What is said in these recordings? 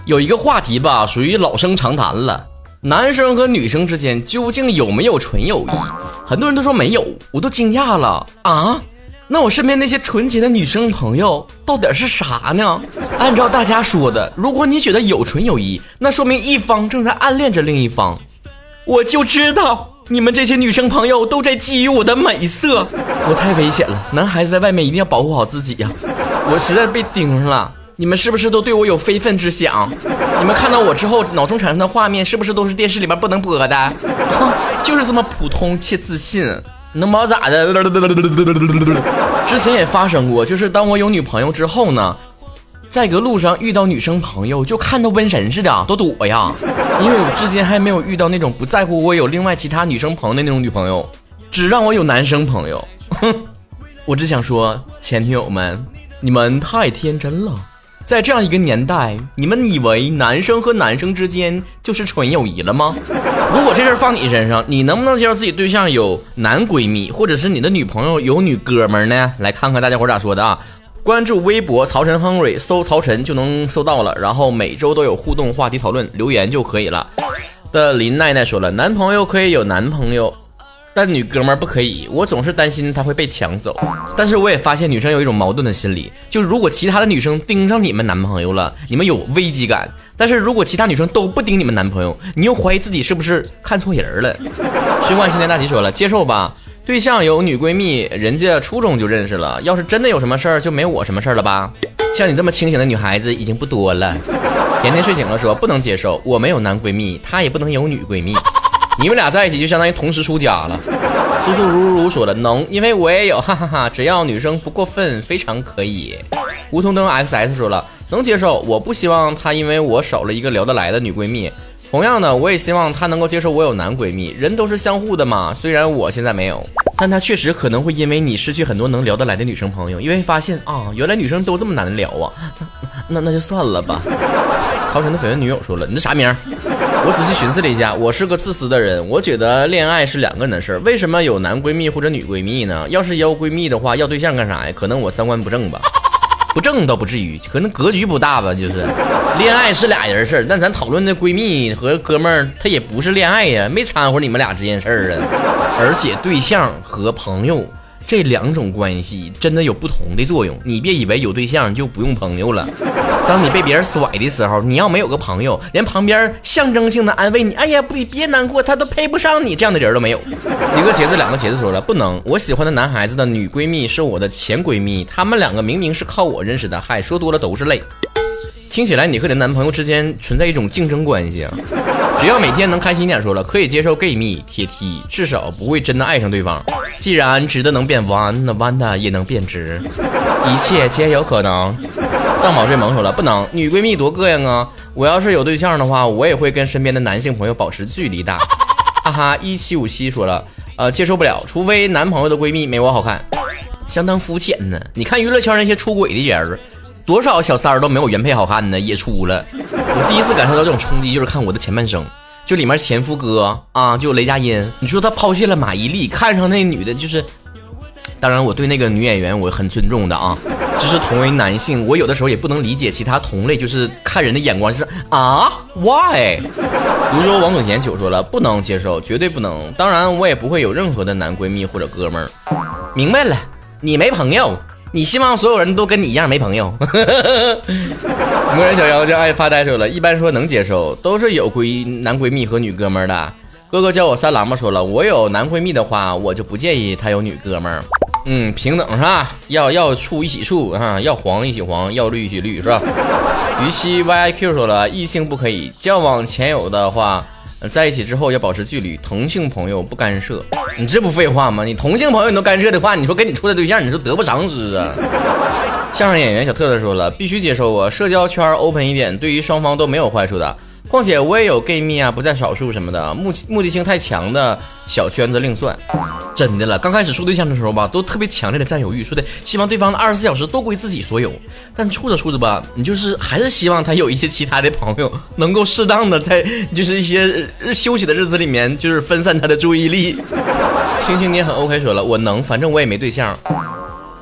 有一个话题吧，属于老生常谈了，男生和女生之间究竟有没有纯友谊？很多人都说没有，我都惊讶了啊！那我身边那些纯洁的女生朋友到底是啥呢？按照大家说的，如果你觉得有纯友谊，那说明一方正在暗恋着另一方。我就知道你们这些女生朋友都在觊觎我的美色，我太危险了，男孩子在外面一定要保护好自己呀！我实在被盯上了，你们是不是都对我有非分之想？你们看到我之后脑中产生的画面是不是都是电视里面不能播的？就是这么普通且自信，能把我咋的？之前也发生过，就是当我有女朋友之后呢，在个路上遇到女生朋友，就看到瘟神似的都躲呀，因为我之前还没有遇到那种不在乎我有另外其他女生朋友的那种女朋友，只让我有男生朋友。我只想说，前女友们，你们太天真了。在这样一个年代，你们以为男生和男生之间就是纯友谊了吗？如果这事儿放你身上，你能不能接受自己对象有男闺蜜，或者是你的女朋友有女哥们呢？来看看大家伙咋说的啊！关注微博曹晨亨瑞，搜曹晨就能搜到了，然后每周都有互动话题讨论，留言就可以了。的林奈奈说了，男朋友可以有男朋友，但女哥们不可以，我总是担心她会被抢走。但是我也发现女生有一种矛盾的心理，就是如果其他的女生盯上你们男朋友了，你们有危机感，但是如果其他女生都不盯你们男朋友，你又怀疑自己是不是看错人了。虚幻新年大吉说了，接受吧，对象有女闺蜜，人家初中就认识了，要是真的有什么事儿，就没我什么事儿了吧？像你这么清醒的女孩子已经不多了。甜甜睡醒了说，不能接受，我没有男闺蜜，她也不能有女闺蜜，你们俩在一起就相当于同时出家了。苏苏如如说了，能，因为我也有，哈哈哈，只要女生不过分，非常可以。梧桐灯 XS 说了，能接受，我不希望她因为我少了一个聊得来的女闺蜜。同样的，我也希望她能够接受我有男闺蜜，人都是相互的嘛，虽然我现在没有，但她确实可能会因为你失去很多能聊得来的女生朋友，因为发现啊，原来女生都这么难聊啊，那就算了吧。曹晨的绯闻女友说了，你这啥名？我仔细寻思了一下，我是个自私的人，我觉得恋爱是两个人的事儿，为什么有男闺蜜或者女闺蜜呢？要是要闺蜜的话，要对象干啥呀？可能我三观不正吧，不正倒不至于，可能格局不大吧。就是恋爱是俩人事儿，但咱讨论的闺蜜和哥们儿，他也不是恋爱呀，没掺和你们俩之间事儿啊。而且对象和朋友这两种关系真的有不同的作用，你别以为有对象就不用朋友了。当你被别人甩的时候，你要没有个朋友，连旁边象征性的安慰你，哎呀别难过，他都配不上你，这样的人都没有。一个茄子两个茄子说了，不能，我喜欢的男孩子的女闺蜜是我的前闺蜜，他们两个明明是靠我认识的，嗨，说多了都是泪。听起来你和你的男朋友之间存在一种竞争关系啊。只要每天能开心一点，说了可以接受 gay 蜜铁梯，至少不会真的爱上对方。既然直的能变弯，那弯的也能变直，一切皆有可能。丧宝最萌说了，不能，女闺蜜多膈应啊，我要是有对象的话，我也会跟身边的男性朋友保持距离的。哈哈，1757说了，接受不了，除非男朋友的闺蜜没我好看。相当肤浅呢，你看娱乐圈那些出轨的人，多少小三儿都没有原配好看呢，也出了。我第一次感受到这种冲击，就是看我的前半生，就里面前夫哥啊，就雷佳音，你说他抛弃了马伊琍，看上那女的，就是，当然我对那个女演员我很尊重的啊，只是同为男性，我有的时候也不能理解其他同类，就是看人的眼光就是啊 why。泸州王总贤9说了，不能接受，绝对不能，当然我也不会有任何的男闺蜜或者哥们儿。明白了，你没朋友。你希望所有人都跟你一样没朋友。魔人小妖就爱发呆说了，一般说能接受，都是有男闺蜜和女哥们儿的。哥哥叫我三郎嘛，说了，我有男闺蜜的话，我就不介意他有女哥们儿。平等是吧？要处一起处啊，要黄一起黄，要绿一起绿是吧？于西 YIQ 说了，异性不可以交往，前有的话在一起之后要保持距离，同性朋友不干涉。你这不废话吗？你同性朋友你都干涉的话，你说跟你处的对象你说得不偿失啊。相声演员小特特说了，必须接受我，社交圈 open 一点，对于双方都没有坏处的。况且我也有 gay 蜜啊，不在少数什么的，目的性太强的小圈子另算。真的了，刚开始处对象的时候吧，都特别强烈的占有欲，说的希望对方的24小时都归自己所有。但处着处着吧，你就是还是希望他有一些其他的朋友，能够适当的在就是一些休息的日子里面，就是分散他的注意力。星星你也很 OK 说了，我能，反正我也没对象。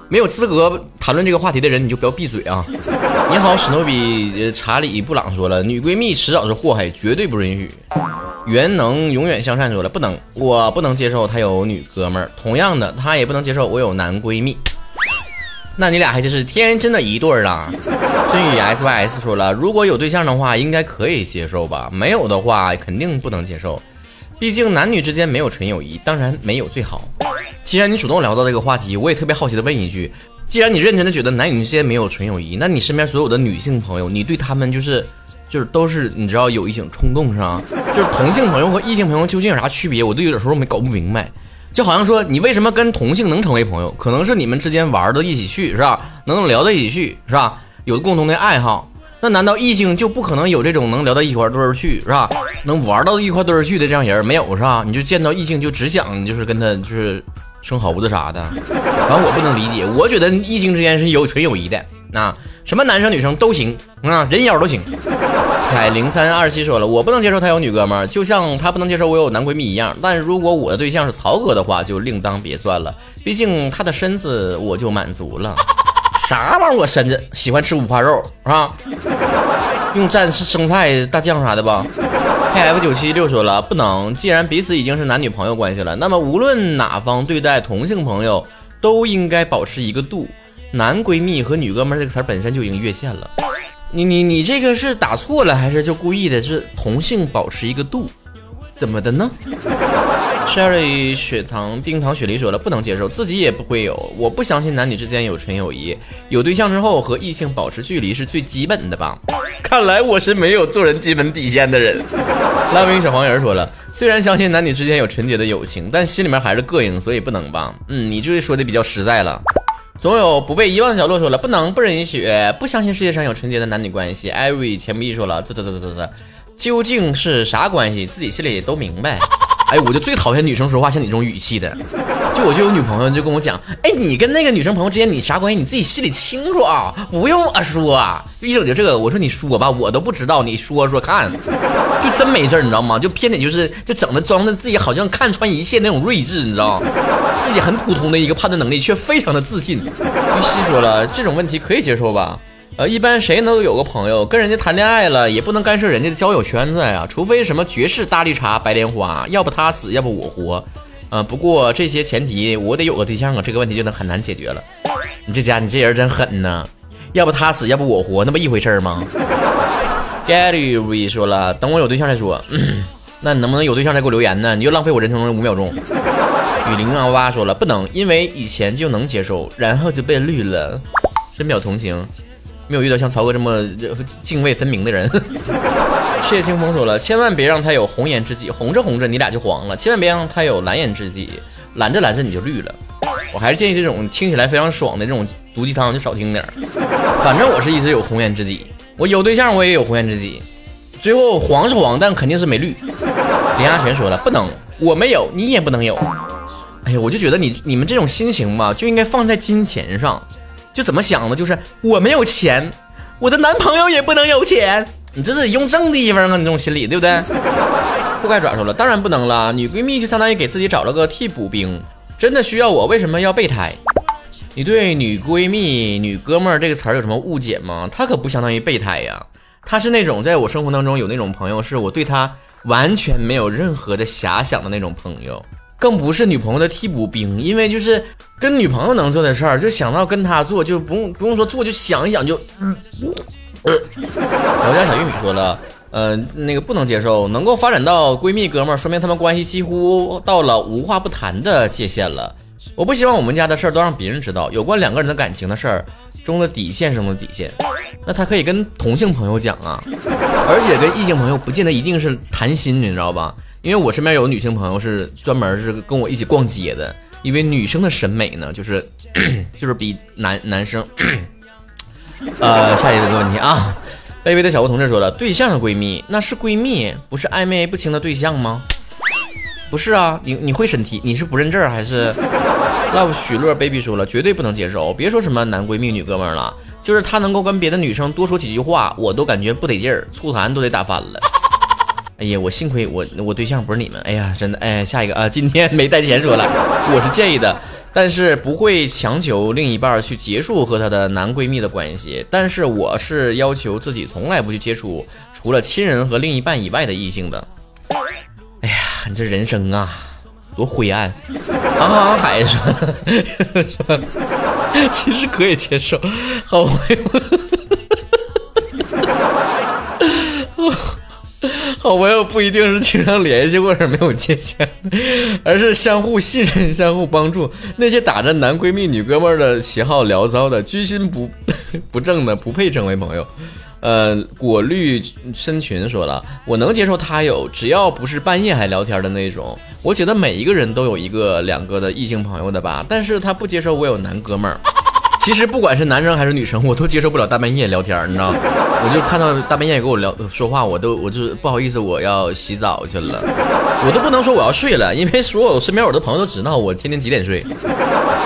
没有资格谈论这个话题的人，你就不要闭嘴啊！你好，史诺比查理布朗说了，女闺蜜迟早是祸害，绝对不允许。原能永远向善说了，不能，我不能接受他有女哥们儿，同样的，他也不能接受我有男闺蜜。那你俩还真是天真的一对儿啊！孙宇 SYS 说了，如果有对象的话，应该可以接受吧？没有的话，肯定不能接受。毕竟男女之间没有纯友谊，当然没有最好。既然你主动聊到这个话题，我也特别好奇的问一句：既然你认真的觉得男女之间没有纯友谊，那你身边所有的女性朋友，你对他们就是都是你知道有一种冲动是吧？就是同性朋友和异性朋友究竟有啥区别？我都有时候搞不明白。就好像说你为什么跟同性能成为朋友，可能是你们之间玩的一起去是吧，能聊到一起去是吧，有共同的爱好。那难道异性就不可能有这种能聊到一块堆儿去是吧，能玩到一块堆儿去的这样人？没有是吧？你就见到异性就只想就是跟他就是生猴子啥的。反正我不能理解，我觉得异性之间是有纯友谊的，那什么男生女生都行啊，人妖都行。凯0327说了，我不能接受他有女哥们儿，就像他不能接受我有男闺蜜一样。但如果我的对象是曹哥的话，就另当别算了，毕竟他的身子我就满足了。啥玩意儿？我身子喜欢吃五花肉啊，用蘸生菜大酱啥的吧。KF976说了，不能，既然彼此已经是男女朋友关系了，那么无论哪方对待同性朋友都应该保持一个度。男闺蜜和女哥们这个词本身就已经越线了。你这个是打错了还是就故意的？是同性保持一个度，怎么的呢？Sherry 血糖冰糖雪梨说了，不能接受，自己也不会有，我不相信男女之间有纯友谊，有对象之后和异性保持距离是最基本的吧。看来我是没有做人基本底线的人。拉冰小黄人说了，虽然相信男女之间有纯洁的友情，但心里面还是膈应，所以不能吧。你这说的比较实在了。总有不被遗忘的角落说了，不能，不允许，不相信世界上有纯洁的男女关系。艾瑞钱不义说了，这究竟是啥关系，自己心里都明白。哎，我就最讨厌女生说话像你这种语气的。我就有女朋友就跟我讲，哎，你跟那个女生朋友之间你啥关系，你自己心里清楚啊，不用我说啊。一整就这个，我说你说吧，我都不知道，你说说看，就真没事你知道吗？就偏得就整的装的自己好像看穿一切那种睿智，你知道，自己很普通的一个判断能力，却非常的自信。玉溪说了，这种问题可以接受吧？一般谁能有个朋友跟人家谈恋爱了，也不能干涉人家的交友圈子呀，除非什么绝世大绿茶白莲花，要不他死，要不我活。不过这些前提我得有个对象啊，这个问题就能很难解决了。你这人真狠呐，要不他死，要不我活，那不一回事吗？Gary 说了，等我有对象再说。那你能不能有对象再给我留言呢？你就浪费我人生中5秒钟。雨林啊哇说了，不能，因为以前就能接受，然后就被绿了，深表同情。没有遇到像曹哥这么泾渭分明的人。谢清风说了，千万别让他有红颜知己，红着红着你俩就黄了，千万别让他有蓝颜知己，蓝着蓝着你就绿了。我还是建议这种听起来非常爽的这种毒鸡汤就少听点。反正我是一直有红颜知己，我有对象我也有红颜知己，最后黄是黄，但肯定是没绿。林阿全说了，不能，我没有，你也不能有。哎呀，我就觉得你们这种心情吧，就应该放在金钱上。就怎么想的，就是我没有钱，我的男朋友也不能有钱，你这得用正地方啊，你这种心理对不对？覆盖爪说了，当然不能了，女闺蜜就相当于给自己找了个替补兵，真的需要我为什么要备胎？你对女闺蜜女哥们儿这个词儿有什么误解吗？她可不相当于备胎呀，她是那种在我生活当中有那种朋友，是我对她完全没有任何的遐想的那种朋友，更不是女朋友的替补兵，因为就是跟女朋友能做的事儿，就想到跟她做，就不用说做，就想一想就。我家小玉米说了，那个不能接受，能够发展到闺蜜哥们儿，说明他们关系几乎到了无话不谈的界限了。我不希望我们家的事儿都让别人知道，有关两个人的感情的事儿中的底线中的底线。那他可以跟同性朋友讲啊，而且跟异性朋友不见得一定是谈心，你知道吧？因为我身边有女性朋友是专门是跟我一起逛街的，因为女生的审美呢，就是比男生。下一个问题啊，卑微的小吴同志说了，对象的闺蜜那是闺蜜，不是暧昧不清的对象吗？不是啊，你会审题，你是不认证还是？Love 许乐 baby 说了，绝对不能接受，别说什么男闺蜜女哥们儿了，就是他能够跟别的女生多说几句话，我都感觉不得劲儿，醋坛都得打翻了。哎呀，我幸亏我对象不是你们，哎呀，真的，哎，下一个啊，今天没带钱说了，我是介意的。 但是不会强求另一半去结束和她的男闺蜜的关系。但是我是要求自己从来不去接触除了亲人和另一半以外的异性的。哎呀，你这人生啊，多灰暗！航海说，其实可以接受，好灰。好朋友不一定是经常联系或者没有界限，而是相互信任、相互帮助。那些打着男闺蜜、女哥们儿的旗号聊骚的、居心不正的，不配成为朋友。果绿深群说了，我能接受他有，只要不是半夜还聊天的那种。我觉得每一个人都有一个两个的异性朋友的吧，但是他不接受我有男哥们儿。其实不管是男生还是女生，我都接受不了大半夜聊天，你知道吗？我就看到大半夜跟我说话，我就不好意思，我要洗澡去了，我都不能说我要睡了，因为所有身边我的朋友都知道我天天几点睡。